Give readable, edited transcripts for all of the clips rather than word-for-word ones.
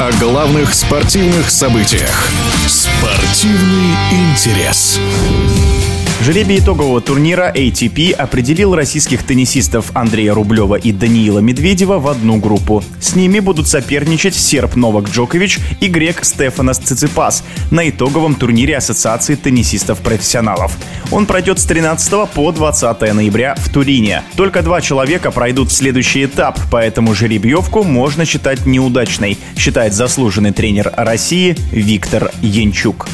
о главных спортивных событиях. Спортивный интерес. Жребий итогового турнира ATP определил российских теннисистов Андрея Рублева и Даниила Медведева в одну группу. С ними будут соперничать серб Новак Джокович и грек Стефанос Циципас на итоговом турнире Ассоциации теннисистов-профессионалов. Он пройдет с 13 по 20 ноября в Турине. Только 2 человека пройдут в следующий этап, поэтому жеребьевку можно считать неудачной, считает заслуженный тренер России Виктор Янчук.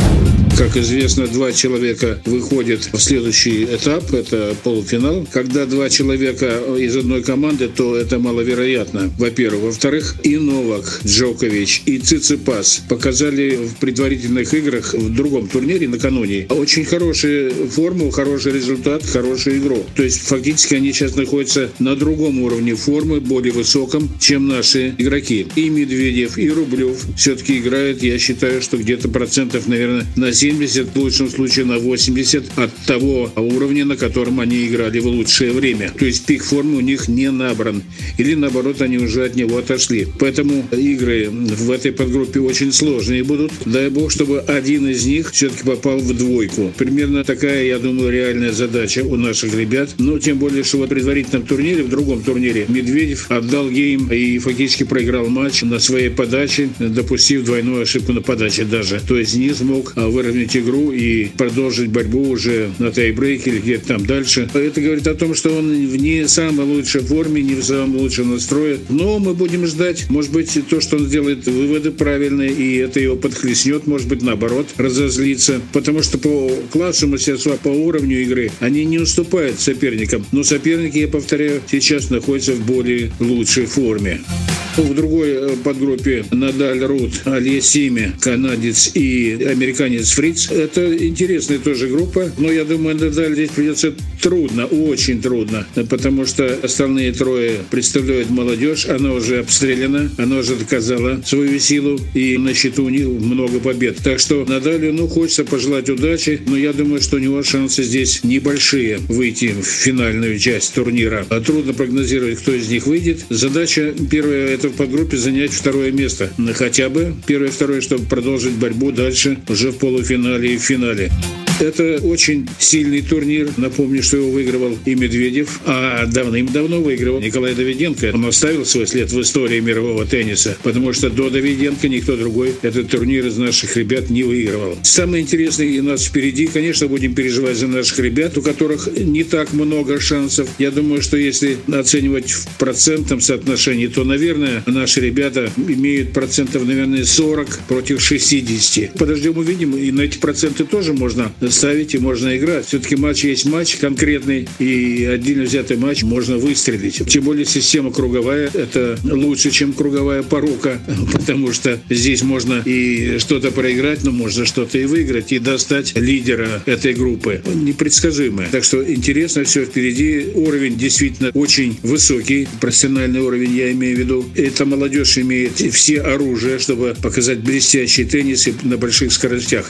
Как известно, 2 человека выходят в следующий этап, это полуфинал. Когда 2 человека из одной команды, то это маловероятно, во-первых. Во-вторых, и Новак Джокович, и Циципас показали в предварительных играх в другом турнире накануне очень хорошую форму, хороший результат, хорошую игру. То есть фактически они сейчас находятся на другом уровне формы, более высоком, чем наши игроки. И Медведев, и Рублев все-таки играют, я считаю, что где-то процентов, наверное, на 70, в лучшем случае на 80 от того уровня, на котором они играли в лучшее время. То есть пик формы у них не набран. Или наоборот, они уже от него отошли. Поэтому игры в этой подгруппе очень сложные будут. Дай бог, чтобы один из них все-таки попал в двойку. Примерно такая, я думаю, реальная задача у наших ребят. Но тем более, что в предварительном турнире, в другом турнире, Медведев отдал гейм и фактически проиграл матч на своей подаче, допустив двойную ошибку на подаче даже. То есть не смог выровнять игру и продолжить борьбу уже на тайбрейке или где-то там дальше. Это говорит о том, что он в не самой лучшей форме, не в самом лучшем настрое. Но мы будем ждать. Может быть, то, что он сделает выводы правильные, и это его подхлестнет, может быть, наоборот, разозлится. Потому что по классу мастерства, по уровню игры они не уступают соперникам. Но соперники, я повторяю, сейчас находятся в более лучшей форме. В другой подгруппе Надаль, Рут, Алиасими, канадец и американец Фриц. Это интересная тоже группа, но я думаю, Надаль здесь придется трудно, очень трудно, потому что остальные 3 представляют молодежь, она уже обстреляна, она уже доказала свою силу, и на счету у них много побед. Так что Надалю, хочется пожелать удачи, но я думаю, что у него шансы здесь небольшие выйти в финальную часть турнира. Трудно прогнозировать, кто из них выйдет. Задача первая — это в подгруппе занять 2 место. Хотя бы 1-2, чтобы продолжить борьбу дальше уже в полуфинале и в финале. Это очень сильный турнир. Напомню, что его выигрывал и Медведев, а давным-давно выигрывал Николай Давиденко. Он оставил свой след в истории мирового тенниса, потому что до Давиденко никто другой этот турнир из наших ребят не выигрывал. Самое интересное у нас впереди. Конечно, будем переживать за наших ребят, у которых не так много шансов. Я думаю, что если оценивать в процентном соотношении, то, наверное, наши ребята имеют процентов, наверное, 40 против 60. Подождем, увидим, и на эти проценты тоже можно ставить и можно играть. Все-таки матч есть матч конкретный, и отдельно взятый матч можно выстрелить. Тем более система круговая — это лучше, чем круговая порука, потому что здесь можно и что-то проиграть, но можно что-то и выиграть, и достать лидера этой группы. Непредсказуемое. Так что интересно все впереди. Уровень действительно очень высокий, профессиональный уровень, я имею в виду. Эта молодежь имеет все оружие, чтобы показать блестящий теннис и на больших скоростях.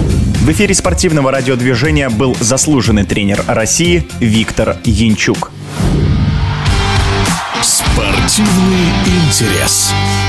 В эфире спортивного радиодвижения был заслуженный тренер России Виктор Янчук. Спортивный интерес.